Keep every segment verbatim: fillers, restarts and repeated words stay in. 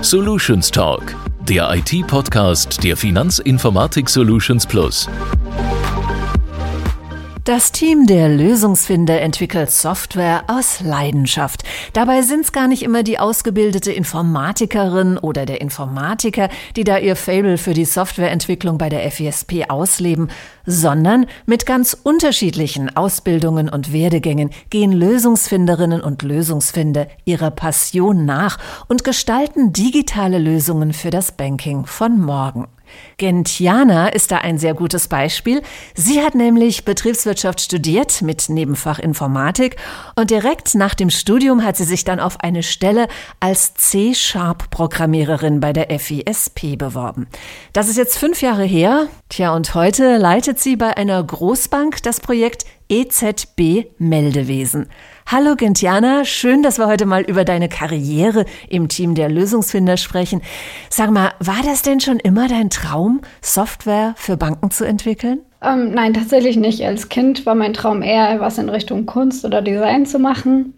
Solutions Talk, der I T-Podcast der Finanzinformatik Solutions Plus. Das Team der Lösungsfinder entwickelt Software aus Leidenschaft. Dabei sind es gar nicht immer die ausgebildete Informatikerin oder der Informatiker, die da ihr Faible für die Softwareentwicklung bei der F I S P ausleben, sondern mit ganz unterschiedlichen Ausbildungen und Werdegängen gehen Lösungsfinderinnen und Lösungsfinder ihrer Passion nach und gestalten digitale Lösungen für das Banking von morgen. Gentiana ist da ein sehr gutes Beispiel. Sie hat nämlich Betriebswirtschaft studiert mit Nebenfach Informatik und direkt nach dem Studium hat sie sich dann auf eine Stelle als C-Sharp-Programmiererin bei der F I S P beworben. Das ist jetzt fünf Jahre her. Tja, und heute leitet sie bei einer Großbank das Projekt E Z B Meldewesen. Hallo Gentiana, schön, dass wir heute mal über deine Karriere im Team der Lösungsfinder sprechen. Sag mal, war das denn schon immer dein Traum, Software für Banken zu entwickeln? Ähm, nein, tatsächlich nicht. Als Kind war mein Traum eher, was in Richtung Kunst oder Design zu machen.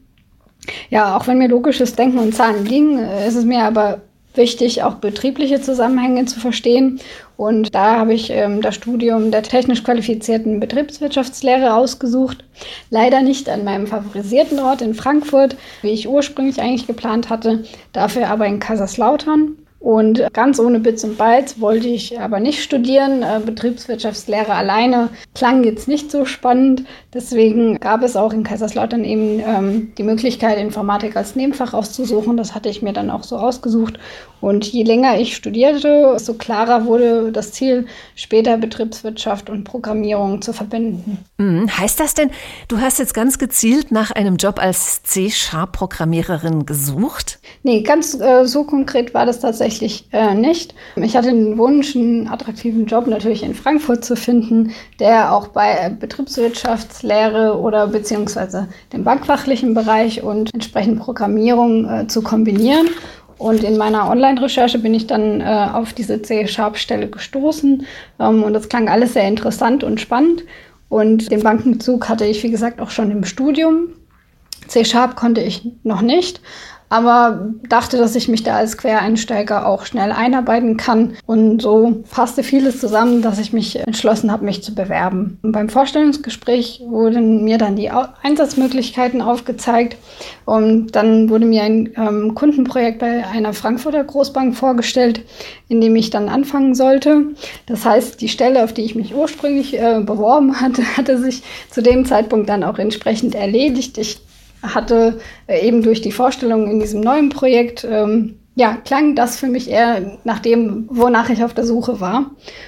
Ja, auch wenn mir logisches Denken und Zahlen liegen, ist es mir aber wichtig, auch betriebliche Zusammenhänge zu verstehen. Und da habe ich ähm, das Studium der technisch qualifizierten Betriebswirtschaftslehre ausgesucht. Leider nicht an meinem favorisierten Ort in Frankfurt, wie ich ursprünglich eigentlich geplant hatte, dafür aber in Kaiserslautern. Und ganz ohne Bits und Bytes wollte ich aber nicht studieren. Äh, Betriebswirtschaftslehre alleine klang jetzt nicht so spannend. Deswegen gab es auch in Kaiserslautern eben ähm, die Möglichkeit, Informatik als Nebenfach auszusuchen. Das hatte ich mir dann auch so ausgesucht. Und je länger ich studierte, desto klarer wurde das Ziel, später Betriebswirtschaft und Programmierung zu verbinden. Mhm. Heißt das denn, du hast jetzt ganz gezielt nach einem Job als C-Sharp-Programmiererin gesucht? Nee, ganz äh, so konkret war das tatsächlich äh, nicht. Ich hatte den Wunsch, einen attraktiven Job natürlich in Frankfurt zu finden, der auch bei äh, Betriebswirtschaftslehre oder beziehungsweise dem bankfachlichen Bereich und entsprechend Programmierung äh, zu kombinieren. Und in meiner Online-Recherche bin ich dann äh, auf diese C-Sharp-Stelle gestoßen. Ähm, und das klang alles sehr interessant und spannend. Und den Bankenbezug hatte ich, wie gesagt, auch schon im Studium. C-Sharp konnte ich noch nicht, aber dachte, dass ich mich da als Quereinsteiger auch schnell einarbeiten kann. Und so passte vieles zusammen, dass ich mich entschlossen habe, mich zu bewerben. Und beim Vorstellungsgespräch wurden mir dann die Einsatzmöglichkeiten aufgezeigt. Und dann wurde mir ein ähm, Kundenprojekt bei einer Frankfurter Großbank vorgestellt, in dem ich dann anfangen sollte. Das heißt, die Stelle, auf die ich mich ursprünglich äh, beworben hatte, hatte sich zu dem Zeitpunkt dann auch entsprechend erledigt. Ich hatte äh, eben durch die Vorstellung in diesem neuen Projekt, ähm, ja, klang das für mich eher nach dem, wonach ich auf der Suche war.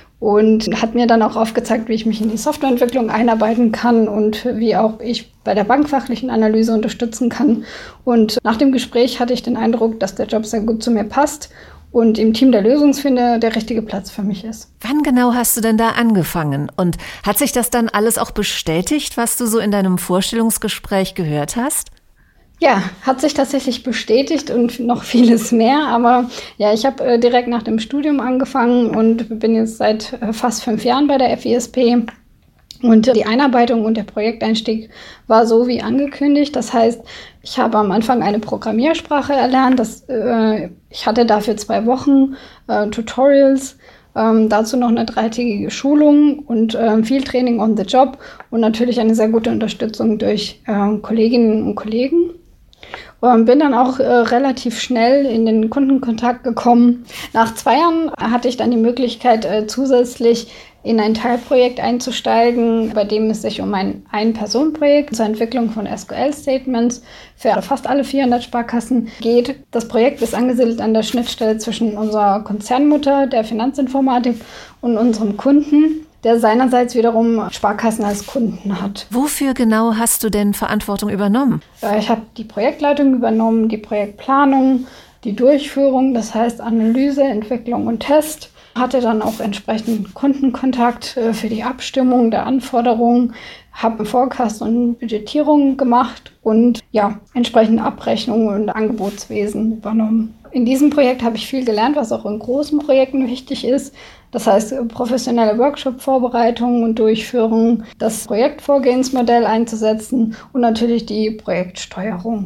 Und hat mir dann auch aufgezeigt, wie ich mich in die Softwareentwicklung einarbeiten kann und wie auch ich bei der bankfachlichen Analyse unterstützen kann. Und nach dem Gespräch hatte ich den Eindruck, dass der Job sehr gut zu mir passt und im Team der Lösungsfinder der richtige Platz für mich ist. Wann genau hast du denn da angefangen? Und hat sich das dann alles auch bestätigt, was du so in deinem Vorstellungsgespräch gehört hast? Ja, hat sich tatsächlich bestätigt und noch vieles mehr. Aber ja, ich habe äh, direkt nach dem Studium angefangen und bin jetzt seit äh, fast fünf Jahren bei der F I S P. Und äh, die Einarbeitung und der Projekteinstieg war so wie angekündigt. Das heißt, ich habe am Anfang eine Programmiersprache erlernt. Das, äh, ich hatte dafür zwei Wochen äh, Tutorials. Ähm, dazu noch eine dreitägige Schulung und ähm, viel Training on the Job und natürlich eine sehr gute Unterstützung durch äh, Kolleginnen und Kollegen. Und bin dann auch äh, relativ schnell in den Kundenkontakt gekommen. Nach zwei Jahren hatte ich dann die Möglichkeit, äh, zusätzlich in ein Teilprojekt einzusteigen, bei dem es sich um ein Ein-Personen-Projekt zur Entwicklung von S Q L-Statements für fast alle vierhundert Sparkassen geht. Das Projekt ist angesiedelt an der Schnittstelle zwischen unserer Konzernmutter, der Finanzinformatik, und unserem Kunden, der seinerseits wiederum Sparkassen als Kunden hat. Wofür genau hast du denn Verantwortung übernommen? Ich habe die Projektleitung übernommen, die Projektplanung, die Durchführung, das heißt Analyse, Entwicklung und Test. Hatte dann auch entsprechend Kundenkontakt äh, für die Abstimmung der Anforderungen, habe Forecast und Budgetierung gemacht und ja, entsprechend Abrechnungen und Angebotswesen übernommen. In diesem Projekt habe ich viel gelernt, was auch in großen Projekten wichtig ist. Das heißt, professionelle Workshop-Vorbereitung und Durchführung, das Projektvorgehensmodell einzusetzen und natürlich die Projektsteuerung.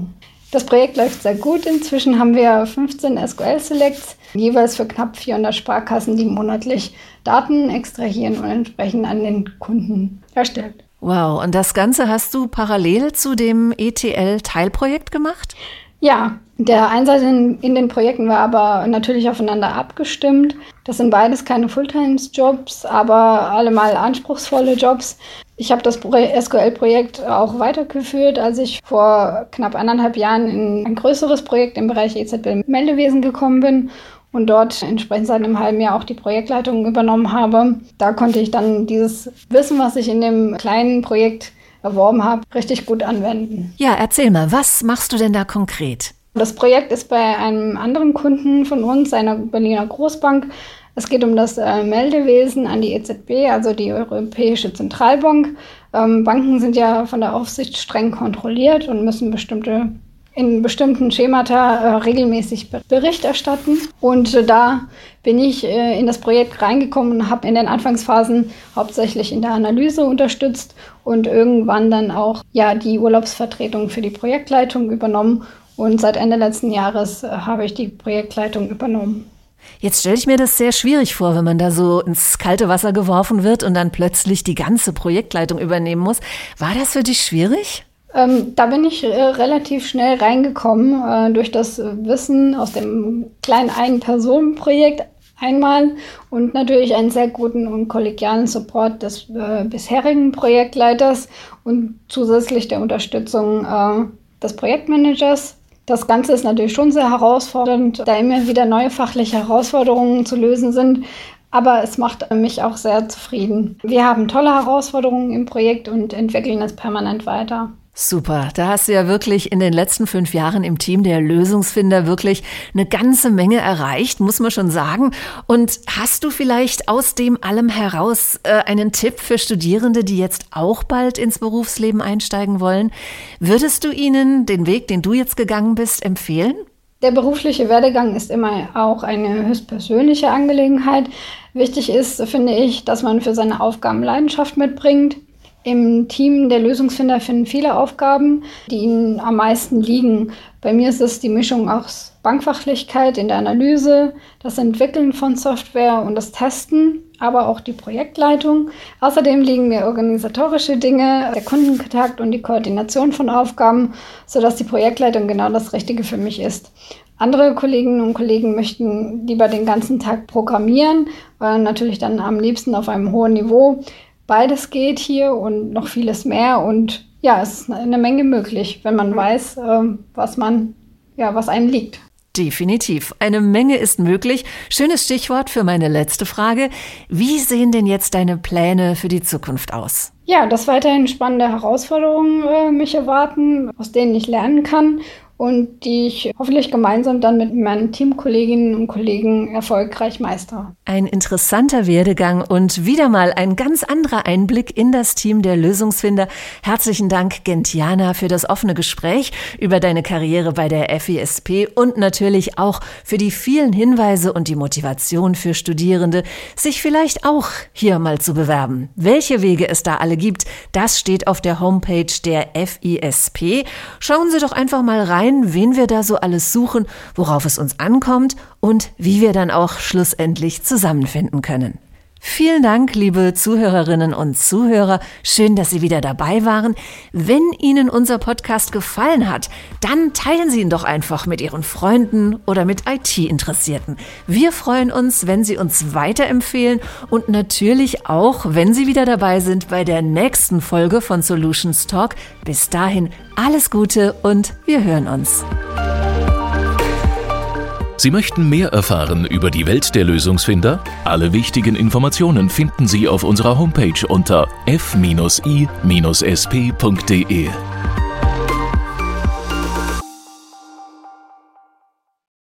Das Projekt läuft sehr gut. Inzwischen haben wir fünfzehn S Q L-Selects, jeweils für knapp vierhundert Sparkassen, die monatlich Daten extrahieren und entsprechend an den Kunden erstellt. Wow, und das Ganze hast du parallel zu dem E T L-Teilprojekt gemacht? Ja, der Einsatz in, in den Projekten war aber natürlich aufeinander abgestimmt. Das sind beides keine Fulltime-Jobs, aber allemal anspruchsvolle Jobs. Ich habe das S Q L-Projekt auch weitergeführt, als ich vor knapp anderthalb Jahren in ein größeres Projekt im Bereich E Z B-Meldewesen gekommen bin und dort entsprechend seit einem halben Jahr auch die Projektleitung übernommen habe. Da konnte ich dann dieses Wissen, was ich in dem kleinen Projekt erworben habe, richtig gut anwenden. Ja, erzähl mal, was machst du denn da konkret? Das Projekt ist bei einem anderen Kunden von uns, einer Berliner Großbank. Es geht um das äh, Meldewesen an die E Z B, also die Europäische Zentralbank. Ähm, Banken sind ja von der Aufsicht streng kontrolliert und müssen bestimmte in bestimmten Schemata äh, regelmäßig Bericht erstatten. Und äh, da bin ich äh, in das Projekt reingekommen und habe in den Anfangsphasen hauptsächlich in der Analyse unterstützt und irgendwann dann auch ja die Urlaubsvertretung für die Projektleitung übernommen. Und seit Ende letzten Jahres äh, habe ich die Projektleitung übernommen. Jetzt stelle ich mir das sehr schwierig vor, wenn man da so ins kalte Wasser geworfen wird und dann plötzlich die ganze Projektleitung übernehmen muss. War das für dich schwierig? Ähm, da bin ich äh, relativ schnell reingekommen äh, durch das äh, Wissen aus dem kleinen Ein-Personen-Projekt einmal und natürlich einen sehr guten und kollegialen Support des äh, bisherigen Projektleiters und zusätzlich der Unterstützung äh, des Projektmanagers. Das Ganze ist natürlich schon sehr herausfordernd, da immer wieder neue fachliche Herausforderungen zu lösen sind. Aber es macht mich auch sehr zufrieden. Wir haben tolle Herausforderungen im Projekt und entwickeln es permanent weiter. Super, da hast du ja wirklich in den letzten fünf Jahren im Team der Lösungsfinder wirklich eine ganze Menge erreicht, muss man schon sagen. Und hast du vielleicht aus dem allem heraus äh, einen Tipp für Studierende, die jetzt auch bald ins Berufsleben einsteigen wollen? Würdest du ihnen den Weg, den du jetzt gegangen bist, empfehlen? Der berufliche Werdegang ist immer auch eine höchstpersönliche Angelegenheit. Wichtig ist, finde ich, dass man für seine Aufgaben Leidenschaft mitbringt. Im Team der Lösungsfinder finden viele Aufgaben, die ihnen am meisten liegen. Bei mir ist es die Mischung aus Bankfachlichkeit in der Analyse, das Entwickeln von Software und das Testen, aber auch die Projektleitung. Außerdem liegen mir organisatorische Dinge, der Kundenkontakt und die Koordination von Aufgaben, sodass die Projektleitung genau das Richtige für mich ist. Andere Kolleginnen und Kollegen möchten lieber den ganzen Tag programmieren, äh, natürlich dann am liebsten auf einem hohen Niveau. Beides geht hier und noch vieles mehr und ja, es ist eine Menge möglich, wenn man weiß, äh, was man, ja, was einem liegt. Definitiv. Eine Menge ist möglich. Schönes Stichwort für meine letzte Frage. Wie sehen denn jetzt deine Pläne für die Zukunft aus? Ja, dass weiterhin spannende Herausforderungen äh, mich erwarten, aus denen ich lernen kann und die ich hoffentlich gemeinsam dann mit meinen Teamkolleginnen und Kollegen erfolgreich meistere. Ein interessanter Werdegang und wieder mal ein ganz anderer Einblick in das Team der Lösungsfinder. Herzlichen Dank, Gentiana, für das offene Gespräch über deine Karriere bei der F I S P und natürlich auch für die vielen Hinweise und die Motivation für Studierende, sich vielleicht auch hier mal zu bewerben. Welche Wege es da alle gibt, das steht auf der Homepage der F I S P. Schauen Sie doch einfach mal rein, wen wir da so alles suchen, worauf es uns ankommt und wie wir dann auch schlussendlich zusammenfinden können. Vielen Dank, liebe Zuhörerinnen und Zuhörer. Schön, dass Sie wieder dabei waren. Wenn Ihnen unser Podcast gefallen hat, dann teilen Sie ihn doch einfach mit Ihren Freunden oder mit I T-Interessierten. Wir freuen uns, wenn Sie uns weiterempfehlen und natürlich auch, wenn Sie wieder dabei sind bei der nächsten Folge von Solutions Talk. Bis dahin alles Gute und wir hören uns. Sie möchten mehr erfahren über die Welt der Lösungsfinder? Alle wichtigen Informationen finden Sie auf unserer Homepage unter f i s p punkt d e.